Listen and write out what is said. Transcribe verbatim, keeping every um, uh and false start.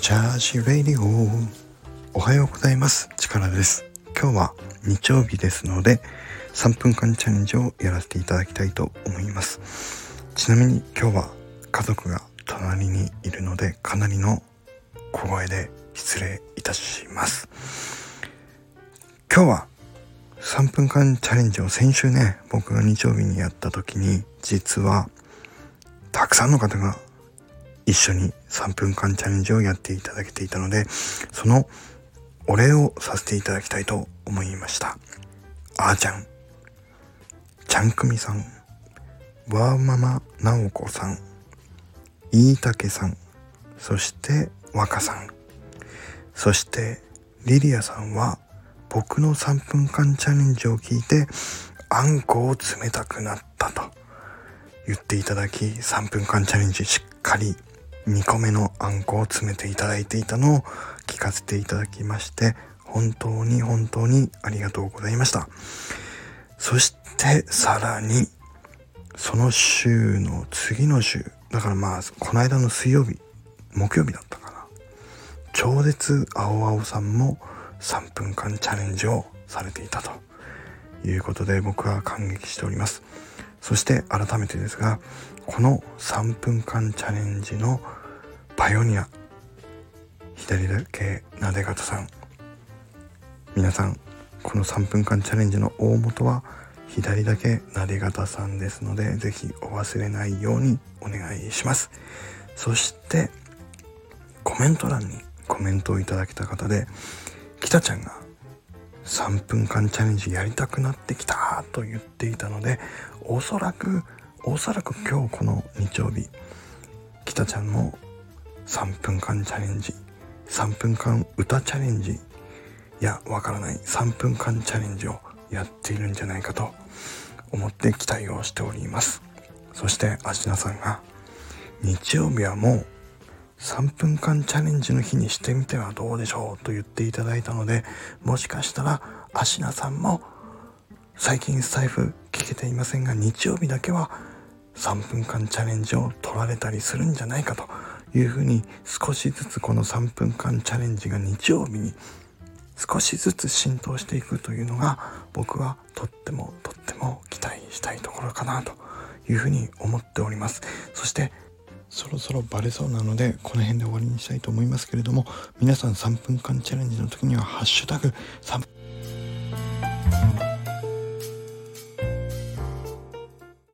チャージレディオ。おはようございます。力です。今日は日曜日ですのでさんぷんかんチャレンジをやらせていただきたいと思います。ちなみに今日は家族が隣にいるのでかなりの小声で失礼いたします。今日はさんぷんかんチャレンジを先週ね、僕が日曜日にやった時に実はたくさんの方が一緒にさんぷんかんチャレンジをやっていただけていたので、そのお礼をさせていただきたいと思いました。あーちゃん、ちゃんくみさん、わーママなおこさん、いいたけさん、そしてわかさん、そしてリリアさんは僕のさんぷんかんチャレンジを聞いてあんこを冷たくなったと言っていただき、さんぷんかんチャレンジしっかりにこめのあんこを詰めていただいていたのを聞かせていただきまして、本当に本当にありがとうございました。そしてさらにその週の次の週だから、まあこの間の水曜日木曜日だったかな、超絶青青さんもさんぷんかんチャレンジをされていたということで、僕は感激しております。そして改めてですが、このさんぷんかんチャレンジのパイオニア、左だけなで方さん、皆さんこのさんぷんかんチャレンジの大元は左だけなで方さんですので、ぜひお忘れないようにお願いします。そしてコメント欄にコメントをいただけた方で、きたちゃんがさんぷんかんチャレンジやりたくなってきたと言っていたので、おそらくおそらく今日この日曜日、きたちゃんもさんぷんかんチャレンジ、さんぷんかん歌チャレンジ、いやわからないさんぷんかんチャレンジをやっているんじゃないかと思って期待をしております。そしてあしなさんが日曜日はもうさんぷんかんチャレンジの日にしてみてはどうでしょうと言っていただいたので、もしかしたらあしなさんも最近スタイフ聞けていませんが、日曜日だけはさんぷんかんチャレンジを取られたりするんじゃないかというふうに、少しずつこのさんぷんかんチャレンジが日曜日に少しずつ浸透していくというのが、僕はとってもとっても期待したいところかなというふうに思っております。そしてそろそろバレそうなのでこの辺で終わりにしたいと思いますけれども、皆さんさんぷんかんチャレンジの時にはハッシュタグさん